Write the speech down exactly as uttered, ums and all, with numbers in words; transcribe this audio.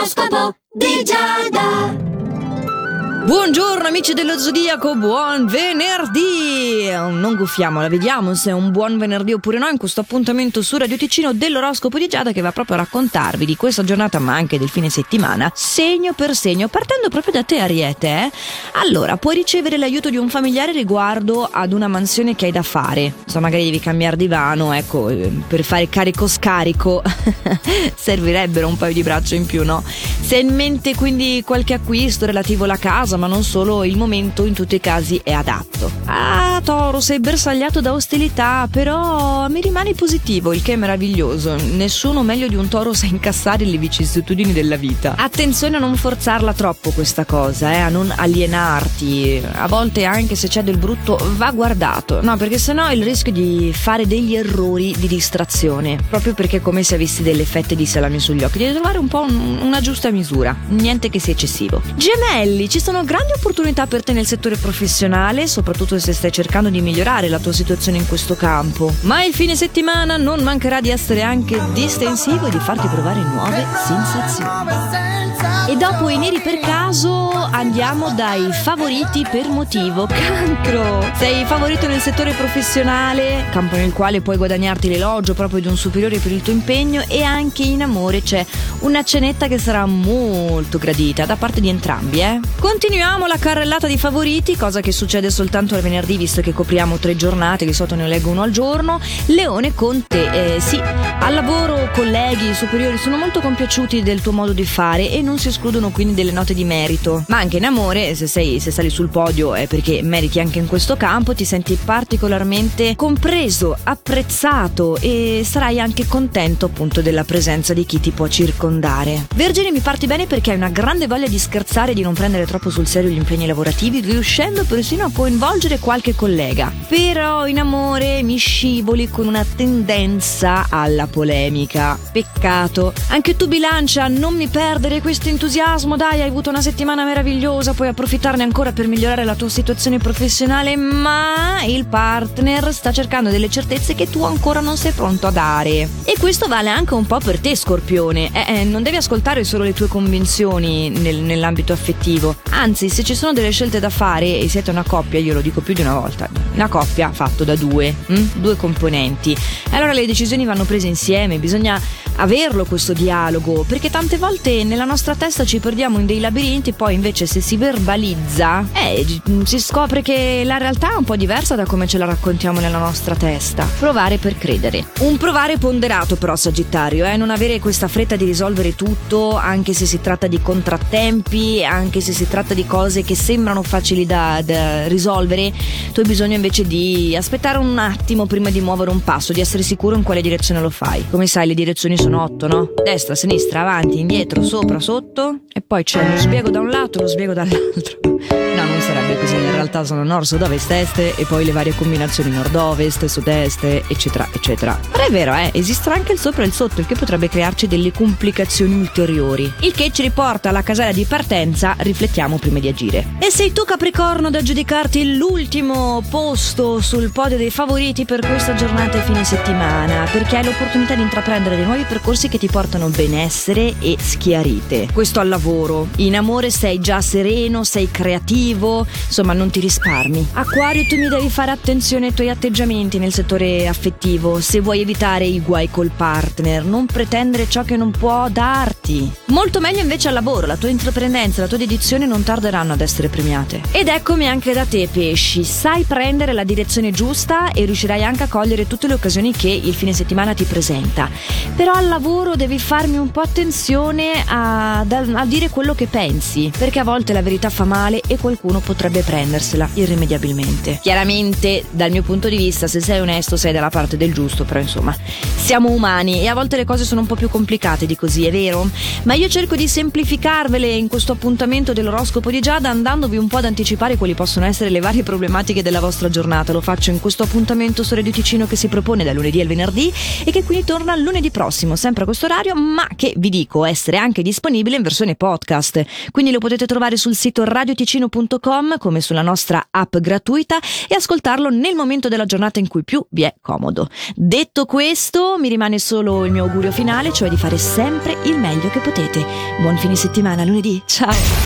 L'oroscopo di Giada. Buongiorno amici dello Zodiaco, buon venerdì! Non guffiamola, vediamo se è un buon venerdì oppure no in questo appuntamento su Radio Ticino dell'oroscopo di Giada, che va proprio a raccontarvi di questa giornata ma anche del fine settimana, segno per segno, partendo proprio da te Ariete. Eh? Allora, puoi ricevere l'aiuto di un familiare riguardo ad una mansione che hai da fare, insomma magari devi cambiare divano, ecco, per fare carico-scarico servirebbero un paio di braccia in più, no? Se hai in mente quindi qualche acquisto relativo alla casa, ma non solo, il momento in tutti i casi è adatto. Ah, Toro, sei bersagliato da ostilità, però mi rimani positivo, il che è meraviglioso. Nessuno meglio di un Toro sa incassare le vicissitudini della vita. Attenzione a non forzarla troppo questa cosa, eh, a non alienarti. A volte anche se c'è del brutto va guardato, no, perché sennò il rischio di fare degli errori di distrazione, proprio perché è come se avessi delle fette di salame sugli occhi. Devi trovare un po' un, una giusta misura, niente che sia eccessivo. Gemelli, ci sono grandi opportunità per te nel settore professionale, soprattutto se stai cercando di migliorare la tua situazione in questo campo. Ma il fine settimana non mancherà di essere anche distensivo e di farti provare nuove sensazioni. E dopo i neri per caso andiamo dai favoriti per motivo. Cancro! Sei favorito nel settore professionale, campo nel quale puoi guadagnarti l'elogio proprio di un superiore per il tuo impegno, e anche in amore c'è una cenetta che sarà molto gradita da parte di entrambi, eh? Continuiamo la carrellata di favoriti, cosa che succede soltanto al venerdì visto che copriamo tre giornate, di solito ne leggo uno al giorno. Leone con te, eh, sì, al lavoro colleghi superiori sono molto compiaciuti del tuo modo di fare e non si escludono quindi delle note di merito. Ma anche in amore, se sei se sali sul podio è perché meriti anche in questo campo, ti senti particolarmente compreso, apprezzato e sarai anche contento appunto della presenza di chi ti può circondare. Vergine, mi parti bene perché hai una grande voglia di scherzare e di non prendere troppo sul serio gli impegni lavorativi, riuscendo persino a coinvolgere qualche collega. Però in amore mi scivoli con una tendenza alla polemica. Peccato. Anche tu Bilancia, non mi perdere questo entusiasmo, dai, hai avuto una settimana meravigliosa, puoi approfittarne ancora per migliorare la tua situazione professionale, ma il partner sta cercando delle certezze che tu ancora non sei pronto a dare. E questo vale anche un po' per te Scorpione. Eh, eh, non devi ascoltare solo le tue convinzioni nel, nell'ambito affettivo, anzi se ci sono delle scelte da fare e siete una coppia, io lo dico più di una volta, una coppia fatto da due hm? due componenti, allora le decisioni vanno prese insieme, bisogna averlo questo dialogo, perché tante volte nella nostra testa ci perdiamo in dei labirinti, poi invece se si verbalizza eh, si scopre che la realtà è un po' diversa da come ce la raccontiamo nella nostra testa. Provare per credere, un provare ponderato però Sagittario, eh? non avere questa fretta di risolvere tutto, anche se si tratta di contrattempi, anche se si tratta di cose che sembrano facili da, da risolvere. Tu hai bisogno invece di aspettare un attimo prima di muovere un passo, di essere sicuro in quale direzione lo fai. Come sai, le direzioni sono otto, no? Destra, sinistra, avanti, indietro, sopra, sotto, e poi c'è lo sbiego da un lato e lo sbiego dall'altro. No, non sarebbe così, in realtà sono nord, sud, ovest, est e poi le varie combinazioni nord-ovest, sud-est, eccetera, eccetera. Però è vero, eh, esistono anche il sopra e il sotto, il che potrebbe crearci delle complicazioni ulteriori. Il che ci riporta alla casella di partenza, riflettiamo prima di agire. E sei tu Capricorno ad aggiudicarti l'ultimo posto sul podio dei favoriti per questa giornata e fine settimana, perché hai l'opportunità di intraprendere dei nuovi percorsi che ti portano benessere e schiarite. Questo al lavoro. In amore sei già sereno, sei creativo, insomma non ti risparmi. Acquario, tu mi devi fare attenzione ai tuoi atteggiamenti nel settore affettivo, se vuoi evitare i guai col partner, non pretendere ciò che non può darti. Molto meglio invece al lavoro, la tua intraprendenza, la tua dedizione non tarderanno ad essere premiate. Ed eccomi anche da te Pesci, sai prendere la direzione giusta e riuscirai anche a cogliere tutte le occasioni che il fine settimana ti presenta. Però al lavoro devi farmi un po' attenzione a, a dire quello che pensi, perché a volte la verità fa male e qualcuno potrebbe prendersela irrimediabilmente. Chiaramente dal mio punto di vista, se sei onesto sei dalla parte del giusto, però insomma siamo umani e a volte le cose sono un po' più complicate di così, è vero? Ma io cerco di semplificarvele in questo appuntamento dell'oroscopo di Giada, andandovi un po' ad anticipare quali possono essere le varie problematiche della vostra giornata. Lo faccio in questo appuntamento su Radio Ticino che si propone dal lunedì al venerdì e che quindi torna lunedì prossimo, sempre a questo orario, ma che vi dico essere anche disponibile in versione podcast, quindi lo potete trovare sul sito radio ticino radioticino punto com come sulla nostra app gratuita e ascoltarlo nel momento della giornata in cui più vi è comodo. Detto questo, mi rimane solo il mio augurio finale, cioè di fare sempre il meglio che potete. Buon fine settimana, lunedì, ciao!